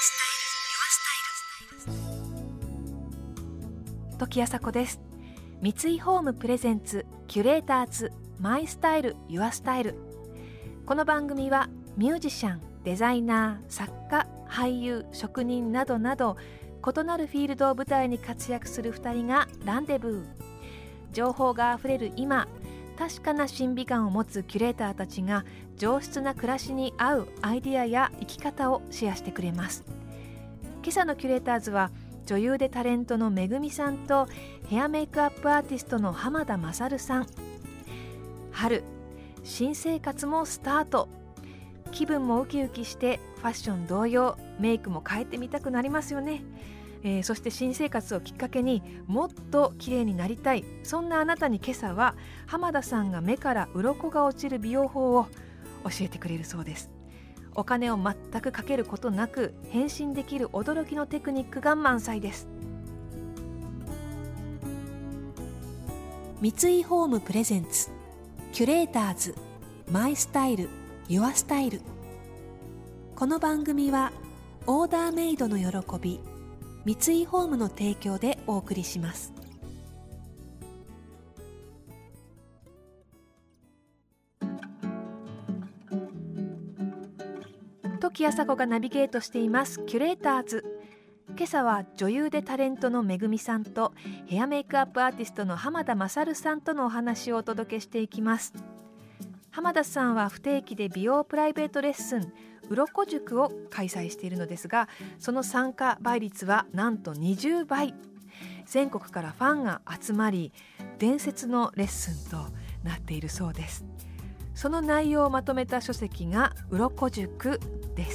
時あさこです。三井ホームプレゼンツキュレーターズマイスタイルユアスタイル。この番組はミュージシャン、デザイナー、作家、俳優、職人などなど異なるフィールドを舞台に活躍する2人がランデブー。情報があふれる今、確かな審美眼を持つキュレーターたちが上質な暮らしに合うアイデアや生き方をシェアしてくれます。今朝のキュレーターズは女優でタレントのめぐみさんとヘアメイクアップアーティストの浜田勝さん。春、新生活もスタート。気分もウキウキしてファッション同様メイクも変えてみたくなりますよね。そして新生活をきっかけにもっと綺麗になりたい、そんなあなたに今朝は浜田さんが目から鱗が落ちる美容法を教えてくれるそうです。お金を全くかけることなく変身できる驚きのテクニックが満載です。三井ホームプレゼンツキュレーターズマイスタイルユアスタイル。この番組はオーダーメイドの喜び三井ホームの提供でお送りします。時あさこがナビゲートしていますキュレーターズ。今朝は女優でタレントのめぐみさんとヘアメイクアップアーティストの浜田勝さんとのお話をお届けしていきます。浜田さんは不定期で美容プライベートレッスン鱗塾を開催しているのですが、その参加倍率はなんと20倍。全国からファンが集まり伝説のレッスンとなっているそうです。その内容をまとめた書籍が鱗塾です。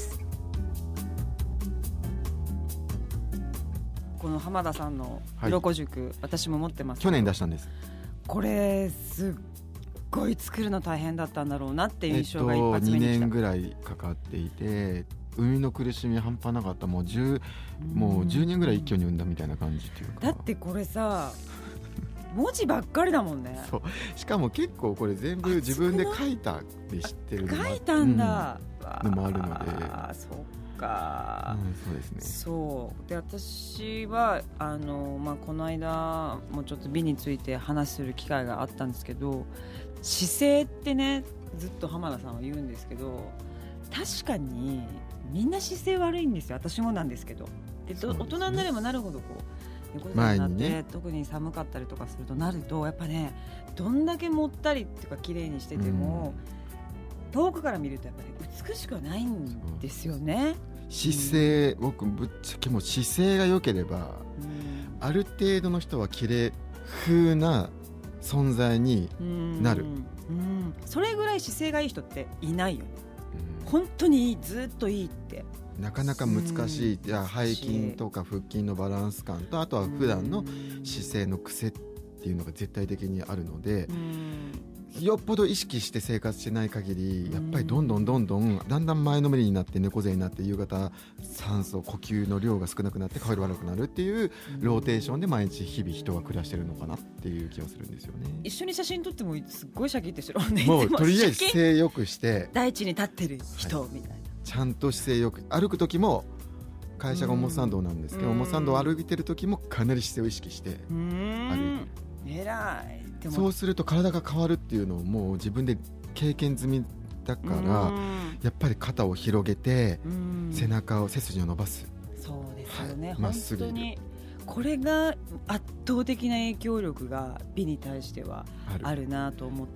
この浜田さんの鱗塾、私も持ってます。 去年出したんです。 これすっごい作るの大変だったんだろうなっていう印象が一発目に来た。 2年ぐらいかかっていて、生みの苦しみ半端なかった。もう10年ぐらい一挙に産んだみたいな感じっていうか。 だってこれさ文字ばっかりだもんね。 そうしかも結構これ全部自分で書いたって知ってるのも書いたんだ、 のもあるので。 そっか、 そうですね。 そうで私はこの間もちょっと美について話する機会があったんですけど、姿勢ってねずっと浜田さんは言うんですけど、確かにみんな姿勢悪いんですよ。私もなんですけど、で大人になればなるほどこう猫背になって、特に寒かったりとかするとなるとやっぱね、どんだけもったりとか綺麗にしてても、遠くから見るとやっぱり美しくはないんですよね。 姿勢、僕ぶっちゃけもう姿勢が良ければ、ある程度の人は綺麗風な存在になる。 それぐらい姿勢がいい人っていないよね。本当にいい、ずっといいってなかなか難しい。背筋とか腹筋のバランス感と、あとは普段の姿勢の癖っていうのが絶対的にあるので、よっぽど意識して生活してない限り、やっぱりどんどんだんだん前のめりになって猫背になって、夕方酸素呼吸の量が少なくなって顔色悪くなるっていうローテーションで毎日日々人は暮らしてるのかなっていう気がするんですよね。 一緒に写真撮ってもすっごいシャキッてしてるもんね。 もうとりあえず姿勢よくして第一に立ってる人みたいな、 ちゃんと姿勢よく歩く時も、会社が表参道なんですけど、表参道を歩いてる時もかなり姿勢を意識して歩いてる。 偉い。でもそうすると体が変わるっていうのをもう自分で経験済みだから、やっぱり肩を広げて背中を背筋を伸ばす。 そうですよね、 まっすぐ本当にこれが圧倒的な影響力が美に対してはあるなと思って。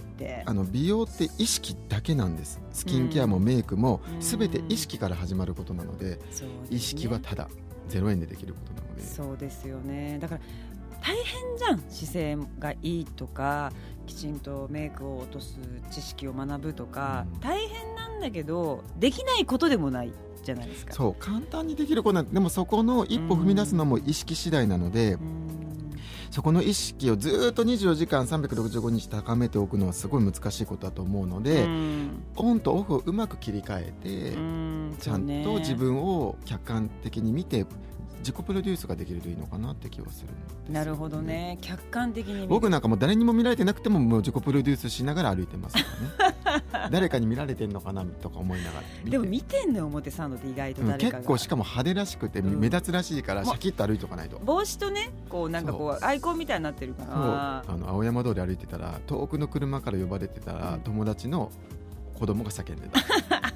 美容って意識だけなんです。スキンケアもメイクも全て意識から始まることなので、意識はただ0円でできることなので。 そうですよね。だから大変じゃん。姿勢がいいとか、きちんとメイクを落とす知識を学ぶとか、大変なんだけどできないことでもないじゃないですか。 そう簡単にできることなんでも、そこの一歩踏み出すのも意識次第なので、そこの意識をずっと24時間365日高めておくのはすごい難しいことだと思うので、オンとオフをうまく切り替えて、ちゃんと自分を客観的に見て自己プロデュースができるといいのかなって気はするんですよ。 なるほどね、客観的に見る。 僕なんかもう誰にも見られてなくてももう自己プロデュースしながら歩いてますからね誰かに見られてんのかなとか思いながらでも見てんのよ表参道って意外と誰かが、 結構しかも派手らしくて目立つらしいからシャキッと歩いとかないと、 帽子とねこうなんかこうアイコンみたいになってるからそう青山通り歩いてたら遠くの車から呼ばれてたら、友達の子供が叫んでた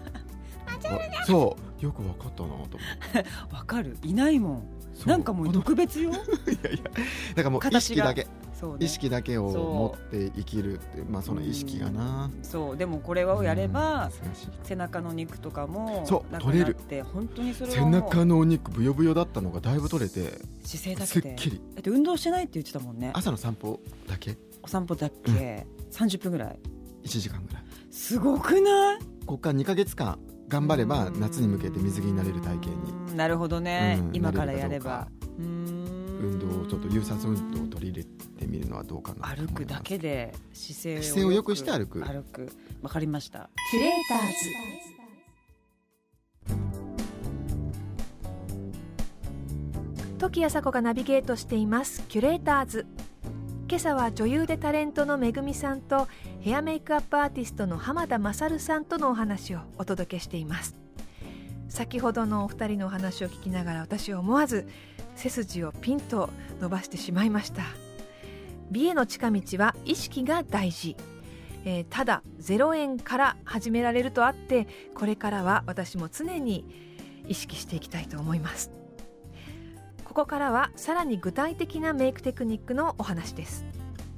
そうよく分かったなと思って分かる、いないもん、なんかもう特別よいやいやだからもう意識だけ、 そうね、 意識だけを持って生きるって、まあ、その意識がな、 そうでもこれをやれば、背中の肉とかもなくなって本当にそれは背中のお肉ブヨブヨだったのがだいぶ取れて姿勢だけすっできり。 だって運動してないって言ってたもんね。 朝の散歩だけ、 お散歩だけ、30分ぐらい、 1時間ぐらい、 すごくない？ ここから2ヶ月間頑張れば夏に向けて水着になれる体型に。 なるほどね、今からやれば運動をちょっと有酸素運動を取り入れてみるのはどうかなと思います。 歩くだけで姿勢を良くして歩く。 わかりました。 キュレーターズ時あさこがナビゲートしていますキュレーターズ。今朝は女優でタレントのめぐみさんとヘアメイクアップアーティストの浜田勝さんとのお話をお届けしています。先ほどのお二人のお話を聞きながら私は思わず背筋をピンと伸ばしてしまいました。美への近道は意識が大事、ただ0円から始められるとあって、これからは私も常に意識していきたいと思います。ここからはさらに具体的なメイクテクニックのお話です。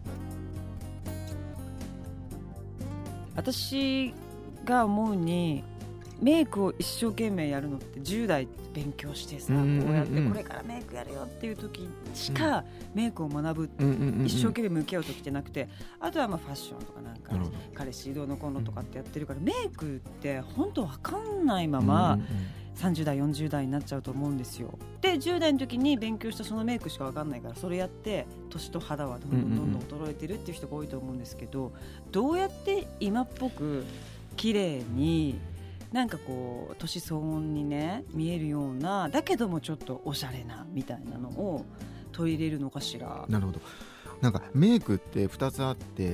私が思うにメイクを一生懸命やるのって10代勉強してさ、こうやってこれからメイクやるよっていう時しかメイクを学ぶ、一生懸命向き合う時ってなくて、あとはまあファッションとかなんか彼氏どうのこうのとかってやってるから、メイクって本当分かんないまま30代40代になっちゃうと思うんですよ。で10代の時に勉強したそのメイクしか分かんないから、それやって年と肌はどんどん衰えてるっていう人が多いと思うんですけど、どうやって今っぽく綺麗になんかこう年相応にね見えるような、だけどもちょっとおしゃれなみたいなのを取り入れるのかしら。 なるほど。なんかメイクって2つあって、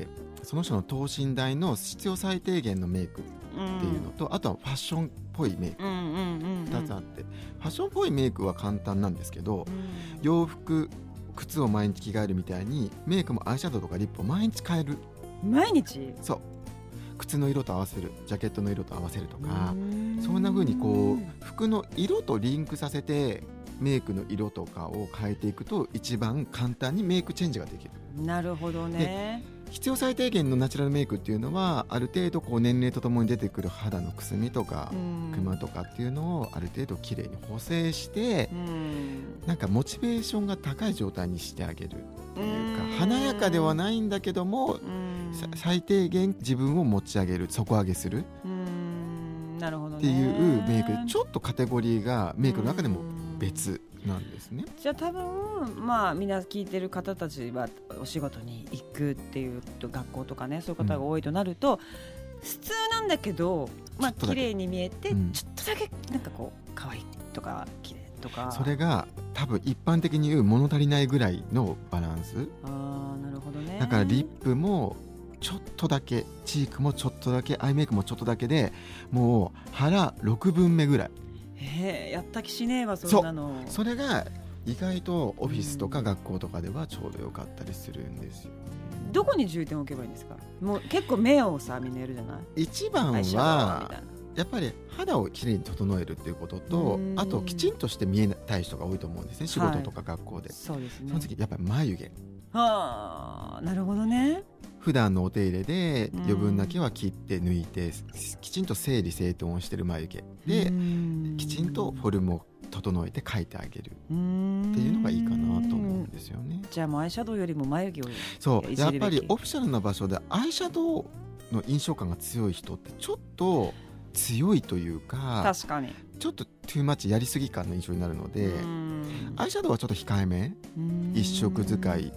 その人の等身大の必要最低限のメイクっていうのと、あとはファッションっぽいメイク、2つあって、ファッションっぽいメイクは簡単なんですけど、洋服靴を毎日着替えるみたいにメイクもアイシャドウとかリップを毎日変える。 毎日？ そう、靴の色と合わせる、ジャケットの色と合わせるとか、そんな風にこう服の色とリンクさせてメイクの色とかを変えていくと一番簡単にメイクチェンジができる。 なるほどね。 必要最低限のナチュラルメイクっていうのはある程度こう年齢とともに出てくる肌のくすみとかクマとかっていうのをある程度きれいに補正して、なんかモチベーションが高い状態にしてあげるっていうか、華やかではないんだけども最低限自分を持ち上げる、底上げするなるほどねっていうメイクで、ちょっとカテゴリーがメイクの中でも別なんですね。 じゃあ多分まあみんな聞いてる方たちはお仕事に行くっていうと学校とかね、そういう方が多いとなると、普通なんだけどまあ綺麗に見えて、ちょっとだけなんかこう可愛いとか綺麗とか、 それが多分一般的に言う物足りないぐらいのバランス。 なるほどね。 だからリップもちょっとだけ、チークもちょっとだけ、アイメイクもちょっとだけでもう腹6分目ぐらい。 やった気しねえわそんなの。 それが意外とオフィスとか学校とかではちょうどよかったりするんですよ。 どこに重点を置けばいいんですか？もう結構目をさみんなやるじゃない。 一番はやっぱり肌をきれいに整えるっていうことと、あときちんとして見えたい人が多いと思うんですね、仕事とか学校で。 そうですね。 その時やっぱり眉毛。 なるほどね。 普段のお手入れで余分だけは切って抜いて、きちんと整理整頓をしてる眉毛できちんとフォルムを整えて描いてあげるっていうのがいいかなと思うんですよね。 じゃあもうアイシャドウよりも眉毛をそうやっぱりオフィシャルな場所でアイシャドウの印象感が強い人ってちょっと強いというか、 確かにちょっとトゥーマッチやりすぎ感の印象になるので、アイシャドウはちょっと控えめ、一色使い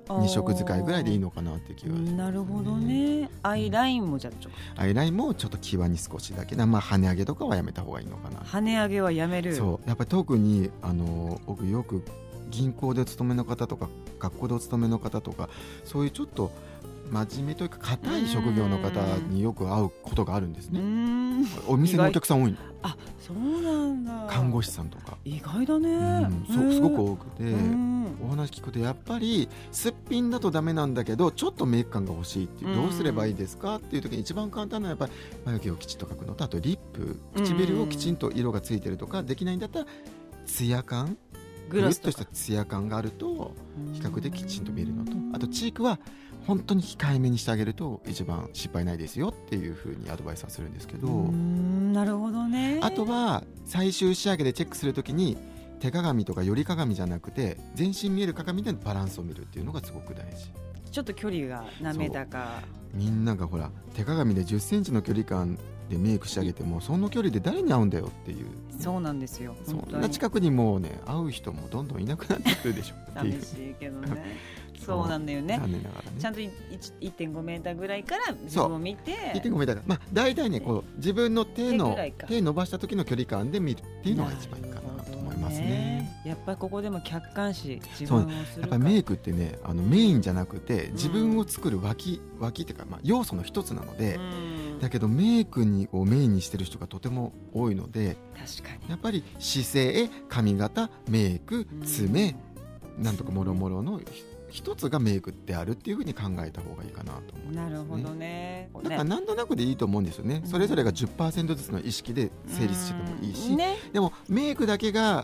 2色使いぐらいでいいのかなって気がします、ね、 なるほどね。アイラインもじゃあアイラインもちょっと際に少しだけ、まあ、跳ね上げとかはやめた方がいいのかな。 跳ね上げはやめる。 そうやっぱり特に僕よく銀行でお勤めの方とか学校でお勤めの方とかそういうちょっと真面目というか硬い職業の方によく会うことがあるんですね。お店のお客さん多いの。 あ、そうなんだ。 看護師さんとか意外だね、 すごく多くて、お話聞くとやっぱりすっぴんだとダメなんだけどちょっとメイク感が欲しいっていう、どうすればいいですかっていう時に一番簡単なのはやっぱり眉毛をきちっと描くのと、あとリップ唇をきちんと色がついてるとか、できないんだったらツヤ感、ぐるっとしたツヤ感があると比較的きちんと見えるのと、あとチークは本当に控えめにしてあげると一番失敗ないですよっていう風にアドバイスはするんですけど、 なるほどね。 あとは最終仕上げでチェックするときに手鏡とか寄り鏡じゃなくて全身見える鏡でのバランスを見るっていうのがすごく大事。 ちょっと距離が滑らか。 みんながほら手鏡で10センチの距離感でメイクしてあげてもその距離で誰に会うんだよっていう。 そうなんですよ。 そんな近くにもうね会う人もどんどんいなくなってくるでしょっていう。 寂しいけどねそうなんだよね。 残念ながらね。 ちゃんと 1.5 メーターぐらいから自分を見て 1.5 メーター、まあ、大体ねこう自分の手伸ばした時の距離感で見るっていうのが一番いいかなと思いますね。 やっぱりここでも客観視自分をするか。 やっぱりメイクってねメインじゃなくて自分を作る脇っていうか、まあ、要素の一つなので、だけどメイクをメインにしてる人がとても多いので、 確かにやっぱり姿勢、髪型、メイク、爪なんとかもろもろの一つがメイクであるっていうふうに考えた方がいいかなと思います、ね、 なるほどね。 だからなんとなくでいいと思うんですよね、それぞれが 10% ずつの意識で成立してもいいし、でもメイクだけが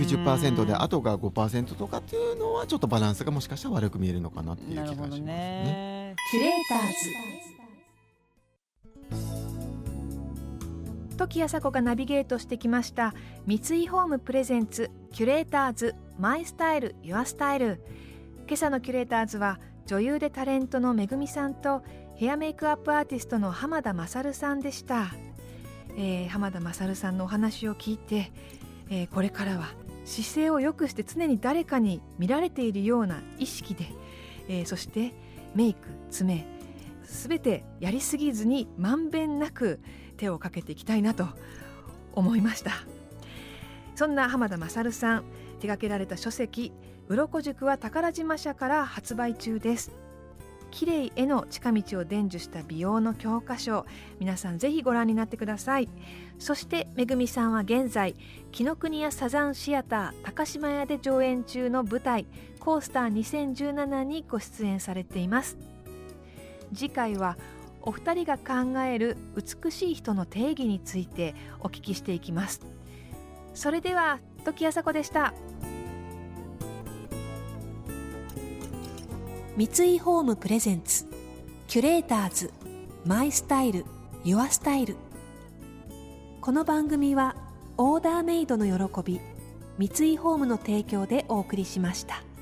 90% であとが 5% とかっていうのはちょっとバランスがもしかしたら悪く見えるのかなっていう気がしますね。 キュレーターズ時あさこがナビゲートしてきました三井ホームプレゼンツキュレーターズマイスタイルユアスタイル。今朝のキュレーターズは女優でタレントのめぐみさんとヘアメイクアップアーティストの浜田勝さんでした。浜田勝さんのお話を聞いて、これからは姿勢を良くして常に誰かに見られているような意識で、そしてメイク、爪すべてやりすぎずにまんべんなく手をかけていきたいなと思いました。そんな浜田勝さん手掛けられた書籍鱗塾は宝島社から発売中です。綺麗への近道を伝授した美容の教科書、皆さんぜひご覧になってください。そしてめぐみさんは現在紀ノ国屋サザンシアター高島屋で上演中の舞台コースター2017にご出演されています。次回はお二人が考える美しい人の定義についてお聞きしていきます。それでは時あさこでした。三井ホームプレゼンツキュレーターズマイスタイルユアスタイル。この番組はオーダーメイドの喜び三井ホームの提供でお送りしました。